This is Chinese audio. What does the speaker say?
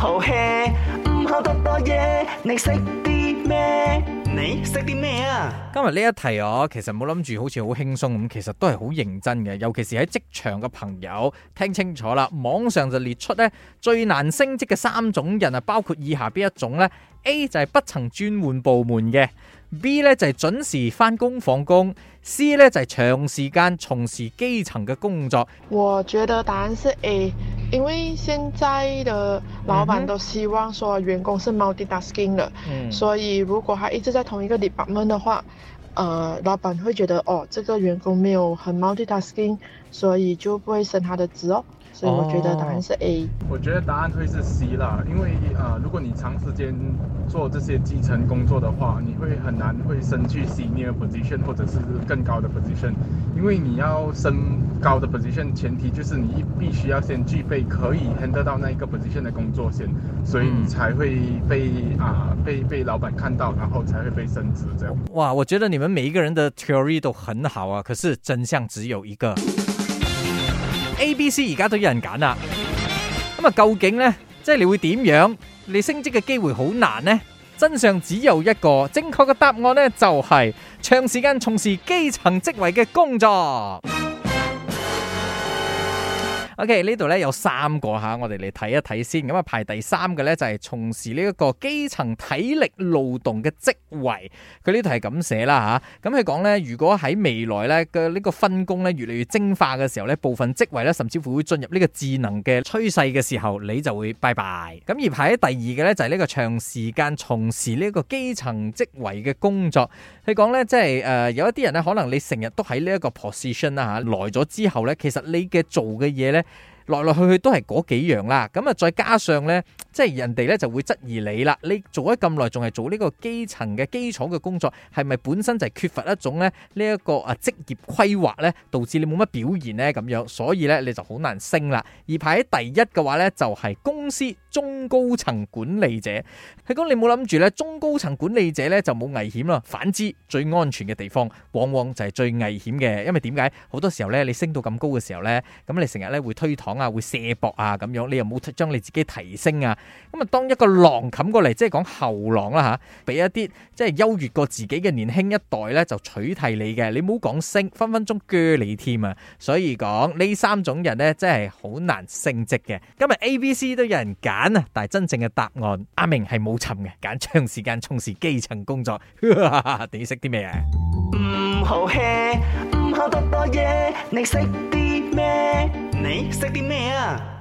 好 hea， 唔好多多嘢，你識啲咩？你識啲咩啊？ 今日呢一題其實冇諗住好似好輕鬆咁，其實都係好認真嘅。尤其是喺職場嘅朋友，聽清楚啦。網上就列出呢最難升職嘅3種人啊，包括以下邊一種呢？ A 就係不曾轉換部門嘅， B 呢就係準時返工放工， C 呢就係長時間從事基層嘅工作。 我覺得答案是 A， 因為現在的老闆都希望說員工是 multitasking 的，所以如果他一直在同一個 department 的話，老闆會覺得這個員工沒有很 multitasking， 所以就不會升他的職哦。所以我覺得答案是 A。 我覺得答案會是 C 啦，因為如果你長時間做這些基層工作的話，你會很難會升去 senior position 或者是更高的 position， 因為你要升高的 position， 前提就是你必須要先具備可以 handle 到那一個 position 的工作先，所以你才會被老闆看到，然後才會被升職這樣。 哇，我覺得你們每一個人的 theory 都很好啊，可是真相只有一個。A、B、C 而家都有人揀啦，咁究竟呢？即係你會點樣？你升職嘅機會好難呢？真相只有一個，正確嘅答案呢，就係長時間從事基層職位嘅工作。OK， 呢度咧有3個吓，我哋嚟睇一睇先。咁排第3嘅咧就係從事呢一個基層體力勞動嘅職位。佢呢度係咁寫啦吓。咁佢講咧，如果喺未來咧嘅呢個分工咧越嚟越精化嘅時候咧，部分職位咧甚至乎會進入呢個智能嘅趨勢嘅時候，你就會拜拜。咁而排喺第2嘅咧就係呢個長時間從事呢個基層職位嘅工作。佢講咧即係有一啲人咧，可能你成日都喺呢一個 position 啦吓，來咗之後咧，其實你嘅做嘅嘢咧，來來去去都係嗰幾樣啦，咁再加上呢，即係人哋呢就會質疑你啦。你做咗咁耐，仲係做呢個基層嘅基礎嘅工作，係咪本身就係缺乏一種呢一個職業規劃呢，導致你冇乜表現呢咁樣，所以呢，你就好難升啦。而排喺第1嘅話呢，就係公司中高層管理者。佢講你冇諗住呢，中高層管理者呢就冇危險啦，反之最安全嘅地方，往往就係最危險嘅。因為點解？好多時候呢，你升到咁高嘅時候呢，咁你成日呢會推搪會卸膊啊咁樣，你又冇將你自己提升啊，咁啊當一個狼冚過嚟，即係講後狼啦吓，俾一啲即係優越過自己嘅年輕一代咧就取替你嘅，你唔好講升，分分鐘鋸你添啊！所以講呢3種人咧真係好難升職嘅。今日 A、B、C 都有人揀啊，但係真正嘅答案阿明係冇尋嘅，揀長時間從事基層工作。你識啲咩啊？ 唔好 hea， 唔好多多嘢，你識啲咩？你識啲咩啊？